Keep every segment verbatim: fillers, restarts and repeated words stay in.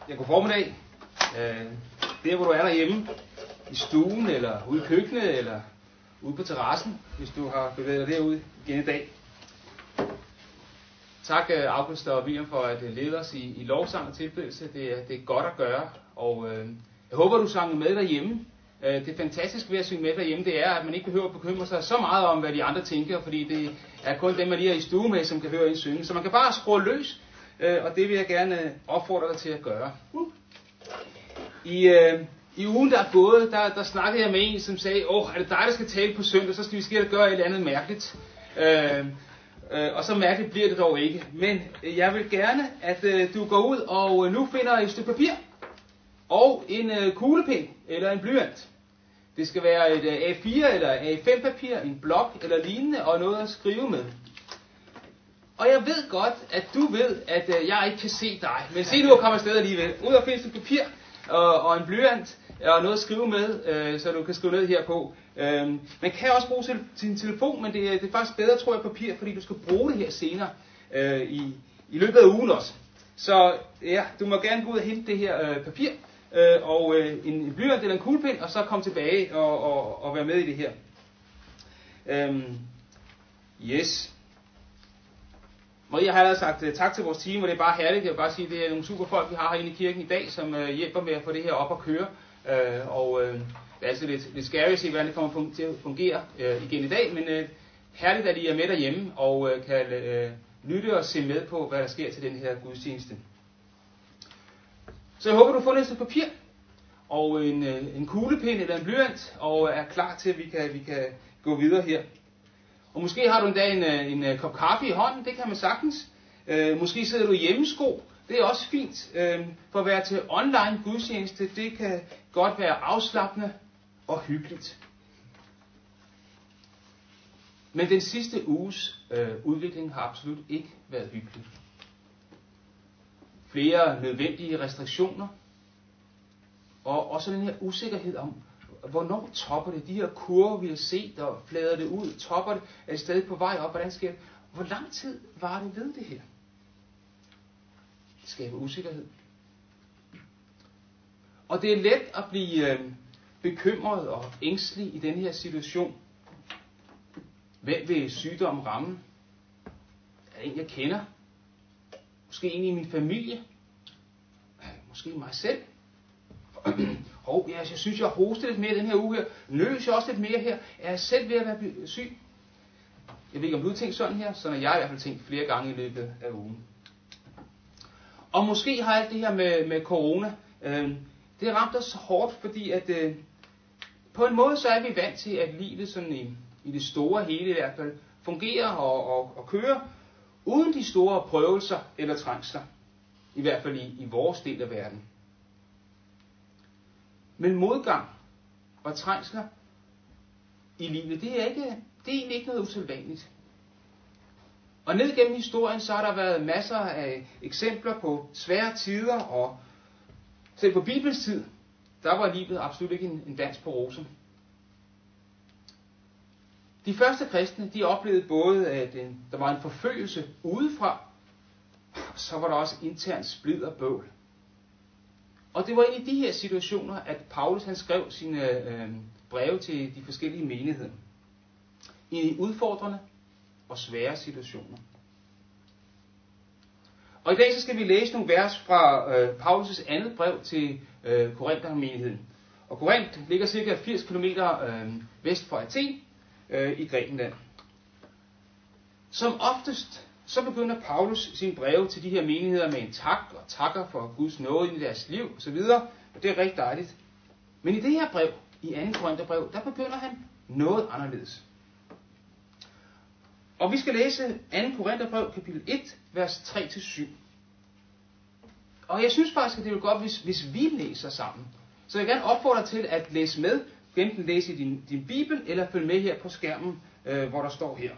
Ja, god formiddag. Øh, der hvor du er derhjemme, i stuen, eller ude i køkkenet, eller ude på terrassen, hvis du har bevæget dig derude igen i dag. Tak August og William for at lede os i, i lovsang og tilbedelse. Det er, det er godt at gøre, og øh, jeg håber du sang med derhjemme. Øh, det fantastiske ved at synge med derhjemme, det er, at man ikke behøver at bekymre sig så meget om, hvad de andre tænker, fordi det er kun dem, man lige er i stue med, som kan høre en synge. Så man kan bare skrue løs, øh, og det vil jeg gerne opfordre dig til at gøre. I, øh, I ugen, der er gået, der, der snakkede jeg med en, som sagde, åh, er det dig, der skal tale på søndag, så skal vi ske at gøre et eller andet mærkeligt. Øh, øh, og så mærkeligt bliver det dog ikke. Men jeg vil gerne, at øh, du går ud og øh, nu finder et stykke papir og en øh, kuglepen eller en blyant. Det skal være et øh, A fire eller A fem papir, en blok eller lignende og noget at skrive med. Og jeg ved godt, at du ved, at øh, jeg ikke kan se dig. Men se nu at komme afsted alligevel. Ud og finde et papir og, og en blyant og noget at skrive med, øh, så du kan skrive ned her på. Øh, man kan også bruge sin telefon, men det, det er faktisk bedre, tror jeg, papir, fordi du skal bruge det her senere øh, i, i løbet af ugen også. Så ja, du må gerne gå ud og hente det her øh, papir øh, og øh, en, en blyant eller en kuglepen, og så komme tilbage og, og, og være med i det her. Øh, yes. Maria har allerede sagt uh, tak til vores team, og det er bare herligt. Jeg vil bare sige, at det er nogle super folk, vi har herinde i kirken i dag, som uh, hjælper med at få det her op at køre. Uh, og uh, det er altså lidt, lidt scary at se, hvordan det kommer til at fungere uh, igen i dag, men uh, herligt, at I er med derhjemme og uh, kan uh, lytte og se med på, hvad der sker til den her gudstjeneste. Så jeg håber, du har fundet et papir og en, uh, en kuglepen eller en blyant, og er klar til, at vi kan, vi kan gå videre her. Og måske har du endda en, en, en kop kaffe i hånden, det kan man sagtens. Øh, måske sidder du i hjemmesko, det er også fint. Øh, for at være til online gudstjeneste, det kan godt være afslappende og hyggeligt. Men den sidste uges øh, udvikling har absolut ikke været hyggelig. Flere nødvendige restriktioner, og også den her usikkerhed om, hvornår topper det? De her kurver, vi har set, og flader det ud, topper det? Er det stadig på vej op? Hvordan sker det? Hvor lang tid var det ved det her? Det skaber usikkerhed. Og det er let at blive øh, bekymret og ængstelig i den her situation. Hvem vil sygdommen ramme? Er det en, jeg kender? Måske en i min familie? Måske mig selv? Hov, oh, jeg synes, jeg hoster lidt mere den her uge her. Nøs jeg også lidt mere her. Er jeg selv ved at være syg? Jeg ved ikke, om du har tænkt sådan her. Sådan har jeg i hvert fald tænkt flere gange i løbet af ugen. Og måske har alt det her med, med corona, øh, det ramt os så hårdt, fordi at øh, på en måde så er vi vant til, at livet sådan i, i det store hele i hvert fald fungerer og, og, og kører, uden de store prøvelser eller trængsler. I hvert fald i, i vores del af verden. Men modgang og trængsler i livet, det er, ikke, det er egentlig ikke noget usædvanligt. Og ned gennem historien, så har der været masser af eksempler på svære tider, og selv på Bibelens tid, der var livet absolut ikke en, en dans på rosen. De første kristne, de oplevede både, at en, der var en forfølgelse udefra, og så var der også intern splid og bøvl. Og det var ind i de her situationer, at Paulus han skrev sine øh, breve til de forskellige menigheder. I udfordrende og svære situationer. Og i dag så skal vi læse nogle vers fra øh, Paulus' andet brev til øh, Korinther-menigheden. Og Korinth ligger cirka firs kilometer øh, vest for Athen øh, i Grækenland. Som oftest så begynder Paulus sin breve til de her menigheder med en tak og takker for Guds nåde i deres liv osv. Og det er rigtig dejligt. Men i det her brev, i andet Korintherbrev, der begynder han noget anderledes. Og vi skal læse andet Korintherbrev, kapitel et, vers tre til syv. Og jeg synes faktisk, at det vil godt, hvis, hvis vi læser sammen. Så jeg vil gerne opfordre dig til at læse med. Enten læse i din, din bibel, eller følge med her på skærmen, øh, hvor der står her.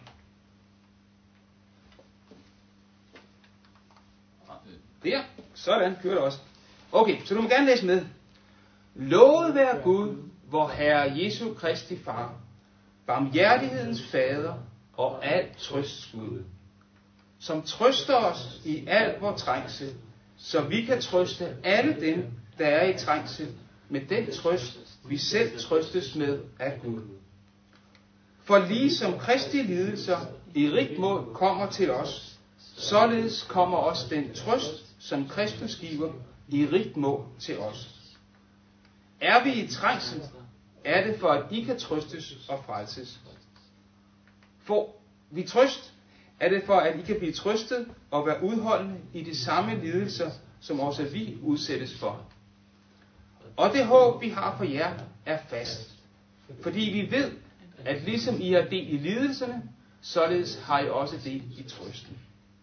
Der, sådan, kører det også. Okay, så du må gerne læse med. Lovet være Gud, vor Herre Jesu Kristi Far, barmhjertighedens Fader og alt trøsts Gud, som trøster os i al vor trængsel, så vi kan trøste alle dem, der er i trængsel, med den trøst, vi selv trøstes med af Gud. For lige som Kristi lidelser i rigt mål kommer til os, således kommer også den trøst, som Kristus giver, i rigt mål til os. Er vi i trængsel, er det for, at I kan trøstes og frelses. For vi trøst, er det for, at I kan blive trøstet og være udholdende i de samme lidelser, som også vi udsættes for. Og det håb, vi har for jer, er fast. Fordi vi ved, at ligesom I har del i lidelserne, således har I også del i trøsten.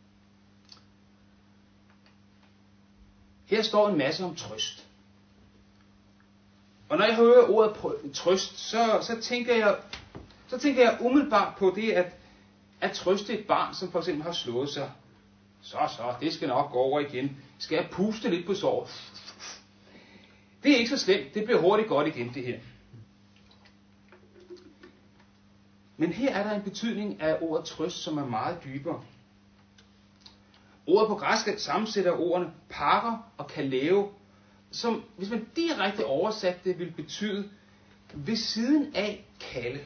Her står en masse om trøst. Og når jeg hører ordet trøst, så, så, tænker jeg, så tænker jeg umiddelbart på det, at, at trøste et barn, som for eksempel har slået sig. Så, så, det skal nok gå over igen. Skal jeg puste lidt på såret? Det er ikke så slemt. Det bliver hurtigt godt igen, det her. Men her er der en betydning af ordet trøst, som er meget dybere. Ordet på græsk sammensætter ordene para og kaleo, som hvis man direkte oversat det, vil betyde ved siden af kalde.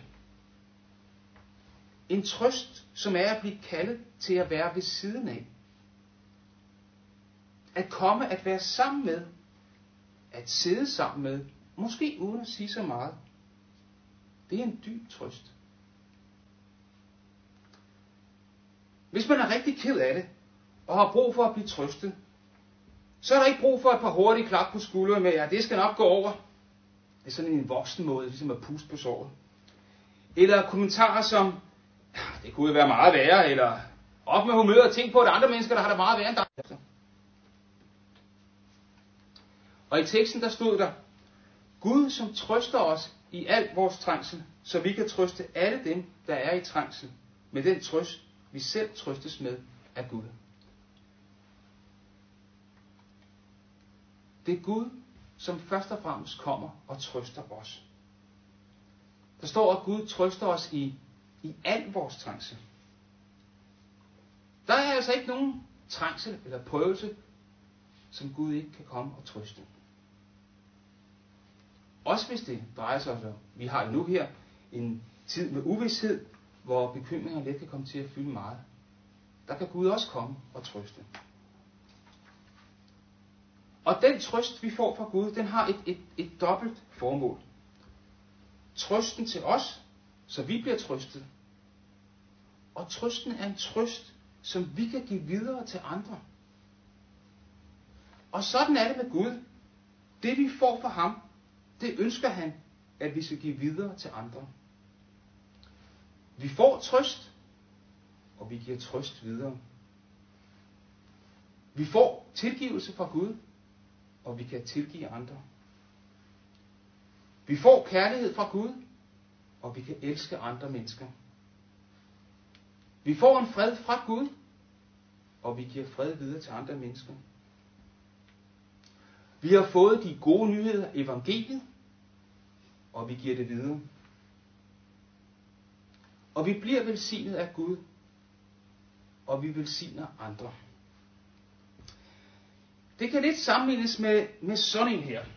En trøst, som er at blive kaldet til at være ved siden af. At komme at være sammen med. At sidde sammen med. Måske uden at sige så meget. Det er en dyb trøst. Hvis man er rigtig ked af det, og har brug for at blive trøstet, så er der ikke brug for et par hurtige klap på skulderen med, ja, det skal nok gå over. Det er sådan en voksen måde, ligesom at puste på såret. Eller kommentarer som, ja, det kunne jo være meget værre, eller op med humøret og tænk på, at andre mennesker, der har det meget værre end dig. Og i teksten der stod der, Gud som trøster os i al vores trængsel, så vi kan trøste alle dem, der er i trængsel, med den trøst, vi selv trøstes med af Gud. Det er Gud, som først og fremmest kommer og trøster os. Der står, at Gud trøster os i, i al vores trængsel. Der er altså ikke nogen trængsel eller prøvelse, som Gud ikke kan komme og trøste. Også hvis det drejer sig om, vi har nu her en tid med uvished, hvor bekymringer let kan komme til at fylde meget. Der kan Gud også komme og trøste. Og den trøst, vi får fra Gud, den har et, et, et dobbelt formål. Trøsten til os, så vi bliver trøstet. Og trøsten er en trøst, som vi kan give videre til andre. Og sådan er det med Gud. Det vi får fra ham, det ønsker han, at vi skal give videre til andre. Vi får trøst, og vi giver trøst videre. Vi får tilgivelse fra Gud, og vi kan tilgive andre. Vi får kærlighed fra Gud, og vi kan elske andre mennesker. Vi får en fred fra Gud, og vi giver fred videre til andre mennesker. Vi har fået de gode nyheder, evangeliet, og vi giver det videre. Og vi bliver velsignet af Gud, og vi velsigner andre. Det kan lidt sammenlignes med, med sådan en her.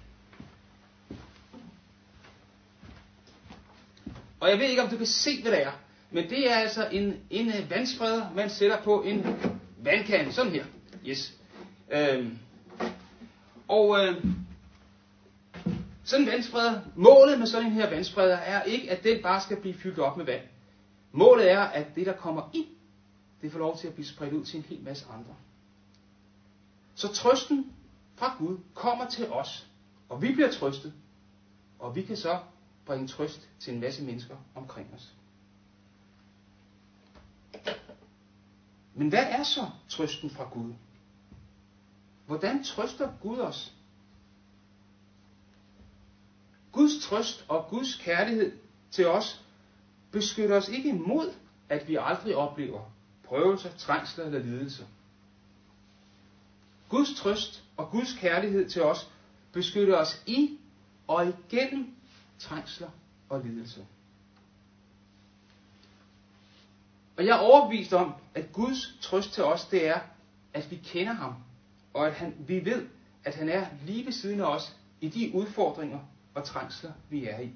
Og jeg ved ikke, om du kan se, hvad det er. Men det er altså en, en vandspreder, man sætter på en vandkande. Sådan her. Yes. Øhm. Og øh, sådan en vandspreder, målet med sådan en her vandspreder er ikke, at den bare skal blive fyldt op med vand. Målet er, at det, der kommer ind, det får lov til at blive spredt ud til en hel masse andre. Så trøsten fra Gud kommer til os, og vi bliver trøstet, og vi kan så bringe trøst til en masse mennesker omkring os. Men hvad er så trøsten fra Gud? Hvordan trøster Gud os? Guds trøst og Guds kærlighed til os beskytter os ikke imod, at vi aldrig oplever prøvelser, trængsler eller lidelser. Guds trøst og Guds kærlighed til os beskytter os i og igennem trængsler og lidelser. Og jeg er overbevist om, at Guds trøst til os, det er, at vi kender ham, og at han, vi ved, at han er lige ved siden af os i de udfordringer og trængsler, vi er i.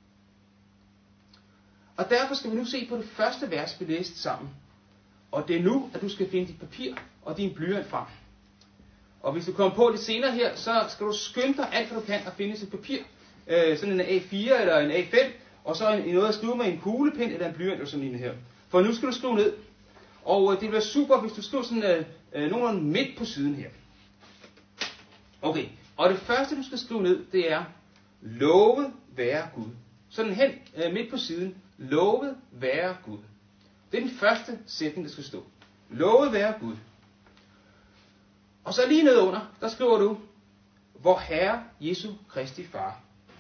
Og derfor skal vi nu se på det første vers, vi læste sammen. Og det er nu, at du skal finde dit papir og din blyant frem. Og hvis du kommer på lidt senere her, så skal du skynde dig alt, hvad du kan at finde sit papir. Øh, sådan en A fire eller en A fem, og så en, noget at skrive med en kuglepen eller en blyant eller sådan en her. For nu skal du skrive ned. Og øh, det bliver super, hvis du skriver sådan øh, øh, nogenlunde midt på siden her. Okay, og det første, du skal skrive ned, det er lovet være Gud. Sådan hen øh, midt på siden. Lovet være Gud. Det er den første sætning, der skal stå. Lovet være Gud. Og så lige nedunder, der skriver du, vor Herre Jesu Kristi Far.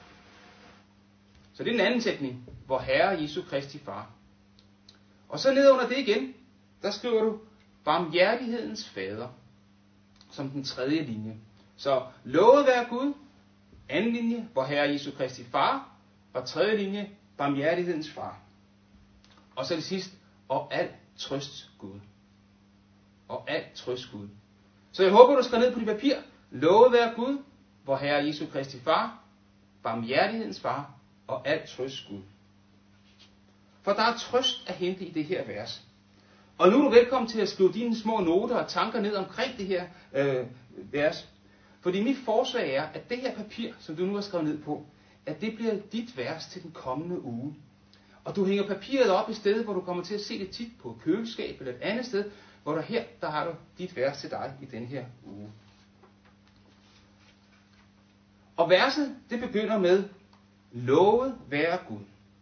Så det er den anden sætning. Vor Herre Jesu Kristi Far. Og så nedunder det igen, der skriver du, barmhjertighedens Fader. Som den tredje linje. Så lovet være Gud. Anden linje, vor Herre Jesu Kristi Far. Og tredje linje, barmhjertighedens Far. Og så det sidste, og alt trøst Gud. Og alt trøst Gud. Så jeg håber, du skal ned på dit papir. Lovet være Gud, vor Herre Jesu Kristi Far, barmhjertighedens Far, og alt trøst Gud. For der er trøst at hente i det her vers. Og nu er du velkommen til at skrive dine små noter og tanker ned omkring det her øh, vers. Fordi mit forslag er, at det her papir, som du nu har skrevet ned på, at det bliver dit vers til den kommende uge. Og du hænger papiret op i stedet, hvor du kommer til at se det tit på køleskab eller et andet sted, hvor der her, der har du dit vers til dig i den her uge. Og verset, det begynder med, lovet være Gud.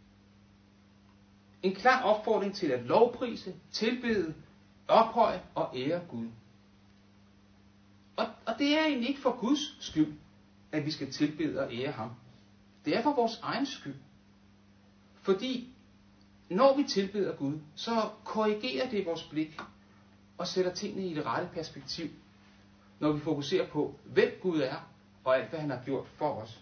En klar opfordring til at lovprise, tilbede, ophøje og ære Gud. Og, og det er egentlig ikke for Guds skyld, at vi skal tilbede og ære ham. Det er for vores egen skyld. Fordi når vi tilbeder Gud, så korrigerer det vores blik og sætter tingene i det rette perspektiv, når vi fokuserer på, hvem Gud er og alt, hvad han har gjort for os.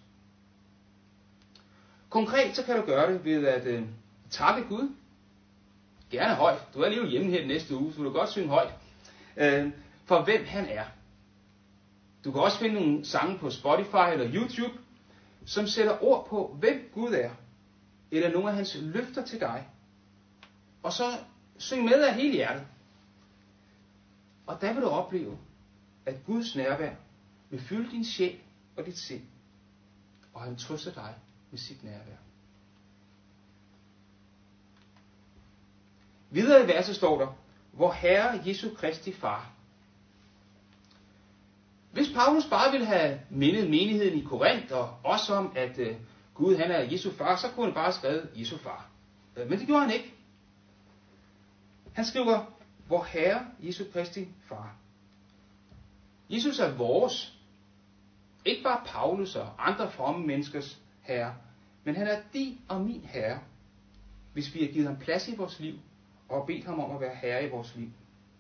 Konkret så kan du gøre det ved at øh, takke Gud. Gerne højt. Du er lige hjemme her den næste uge, så du kan godt synge højt. Øh, for hvem han er. Du kan også finde nogle sange på Spotify eller YouTube, som sætter ord på, hvem Gud er, eller nogle af hans løfter til dig. Og så syng med af hele hjertet. Og der vil du opleve, at Guds nærvær vil fylde din sjæl og dit sind, og han trøster dig med sit nærvær. Videre i verset står der, vor Herre Jesu Kristi Far. Hvis Paulus bare ville have mindet menigheden i Korinth og også om, at uh, Gud han er Jesu far, så kunne han bare have skrevet Jesu far. Uh, men det gjorde han ikke. Han skriver, vor Herre Jesu Kristi Far. Jesus er vores. Ikke bare Paulus og andre fromme menneskers herre, men han er din og min herre, hvis vi har givet ham plads i vores liv og bedt ham om at være herre i vores liv.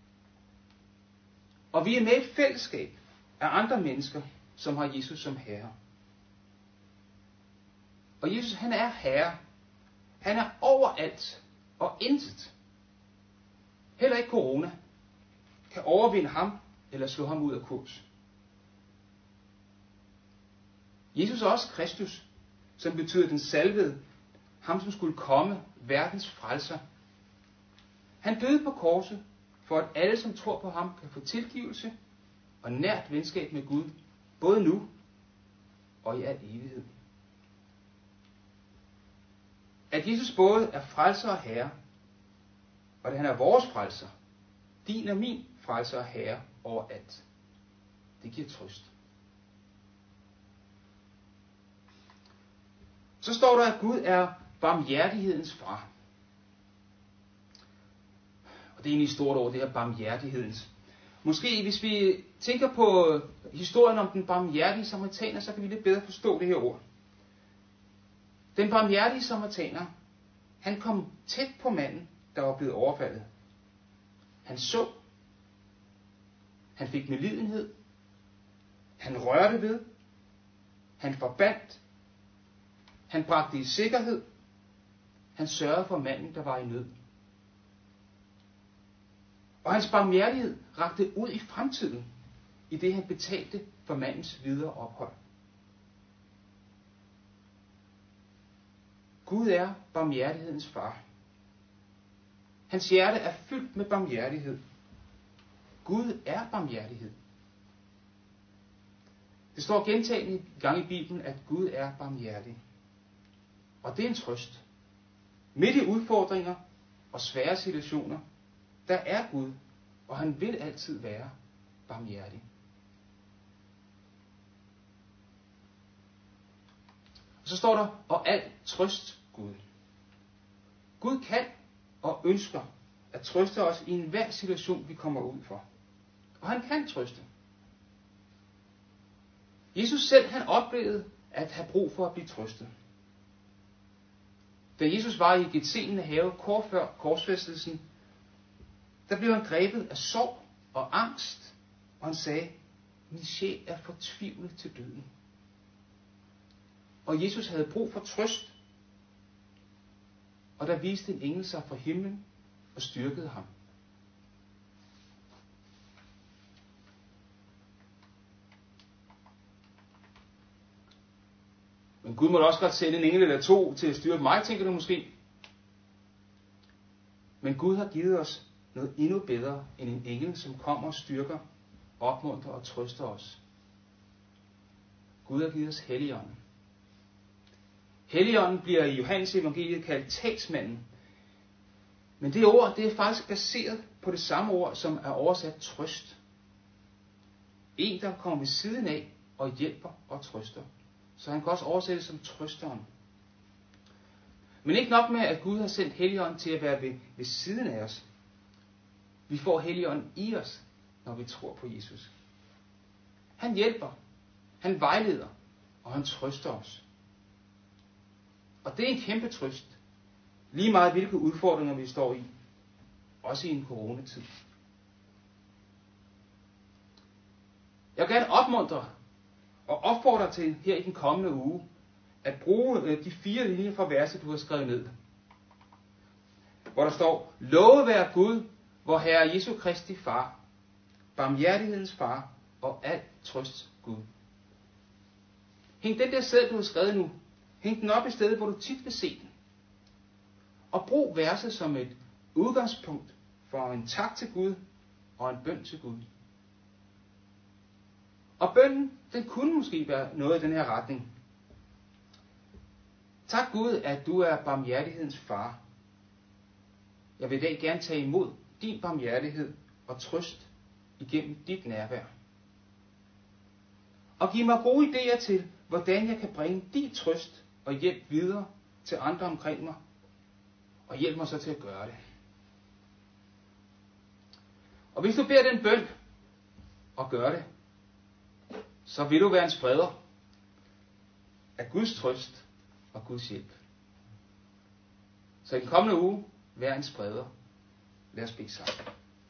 Og vi er med i et fællesskab af andre mennesker, som har Jesus som herre. Og Jesus, han er herre. Han er overalt og intet. Heller ikke corona kan overvinde ham eller slå ham ud af kurs. Jesus er også Kristus, som betyder den salvede, ham som skulle komme, verdens frelser. Han døde på korset, for at alle, som tror på ham, kan få tilgivelse og nært venskab med Gud, både nu og i al evighed. At Jesus både er frelser og herre, og at han er vores frelser, din og min frelser og herre overalt. Det giver trøst. Så står der, at Gud er barmhjertighedens far. Og det er egentlig stort over det her barmhjertighedens. Måske hvis vi tænker på historien om den barmhjertige samaritaner, så kan vi lidt bedre forstå det her ord. Den barmhjertige samaritaner, han kom tæt på manden, der var blevet overfaldet. Han så. Han fik medlidenhed. Han rørte ved. Han forbandt. Han bragte i sikkerhed. Han sørgede for manden, der var i nød. Og hans barmhjertighed rakte ud i fremtiden. i det han betalte for mandens videre ophold. Gud er barmhjertighedens far. Hans hjerte er fyldt med barmhjertighed. Gud er barmhjertighed. Det står gentagne gange i Bibelen, at Gud er barmhjertig. Og det er en trøst. Midt i udfordringer og svære situationer, der er Gud, og han vil altid være barmhjertig. Og så står der, og alt trøst Gud. Gud kan og ønsker at trøste os i enhver situation, vi kommer ud for. Og han kan trøste. Jesus selv, han oplevede at have brug for at blive trøstet. Da Jesus var i Getsemane have kort før korsfæstelsen, der blev han grebet af sorg og angst, og han sagde, min sjæl er fortvivlet til døden. Og Jesus havde brug for trøst, og der viste en engel sig fra himlen og styrkede ham. Men Gud måtte også godt sende en engel eller to til at styrke mig, tænker du måske. Men Gud har givet os noget endnu bedre end en engel, som kommer og styrker, opmuntrer og trøster os. Gud har givet os Helligånden. Helligånden bliver i Johannes evangeliet kaldt talsmanden. Men det ord, det er faktisk baseret på det samme ord, som er oversat trøst. En, der kommer ved siden af og hjælper og trøster. Så han kan også oversættes som trøsteren. Men ikke nok med, at Gud har sendt Helligånden til at være ved, ved siden af os. Vi får Helligånden i os, når vi tror på Jesus. Han hjælper, han vejleder, og han trøster os. Og det er en kæmpe trøst. Lige meget hvilke udfordringer vi står i. Også i en coronatid. Jeg vil gerne opmuntre og opfordre til her i den kommende uge, at bruge de fire linjer fra verset, du har skrevet ned. Hvor der står, lovet være Gud, vor Herre Jesu Kristi far, barmhjertighedens far og alt trøst Gud. Hæng den der sted, du har skrevet nu, hæng den op i stedet, hvor du tit vil se den. Og brug verset som et udgangspunkt for en tak til Gud og en bøn til Gud. Og bønnen, den kunne måske være noget i den her retning. Tak Gud, at du er barmhjertighedens far. Jeg vil i dag gerne tage imod din barmhjertighed og trøst igennem dit nærvær. Og giv mig gode idéer til, hvordan jeg kan bringe din trøst og hjælp videre til andre omkring mig. Og hjælp mig så til at gøre det. Og hvis du beder den bøn og gør det, så vil du være en spreder af Guds trøst og Guds hjælp. Så i den kommende uge, vær en spreder. Lad os bede sammen.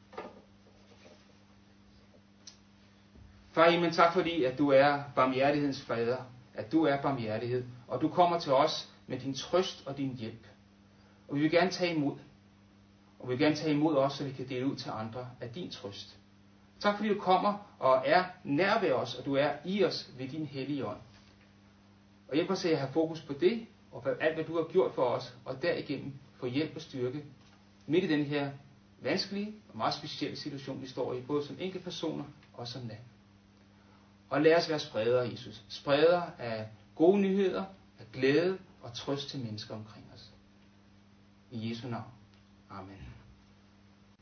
Far Himmel, tak fordi, at du er barmhjertighedens fader, at du er barmhjertighed, og du kommer til os med din trøst og din hjælp. Og vi vil gerne tage imod. Og vi vil gerne tage imod os, så vi kan dele ud til andre af din trøst. Tak fordi du kommer og er nær ved os, og du er i os ved din hellige ånd. Og hjælp os at have fokus på det, og på alt hvad du har gjort for os, og derigennem få hjælp og styrke midt i den her vanskelige og meget specielle situation, vi står i, både som enkeltpersoner og som land. Og lad os være spredere, Jesus. Spredere af gode nyheder, af glæde og trøst til mennesker omkring os. I Jesu navn. Amen.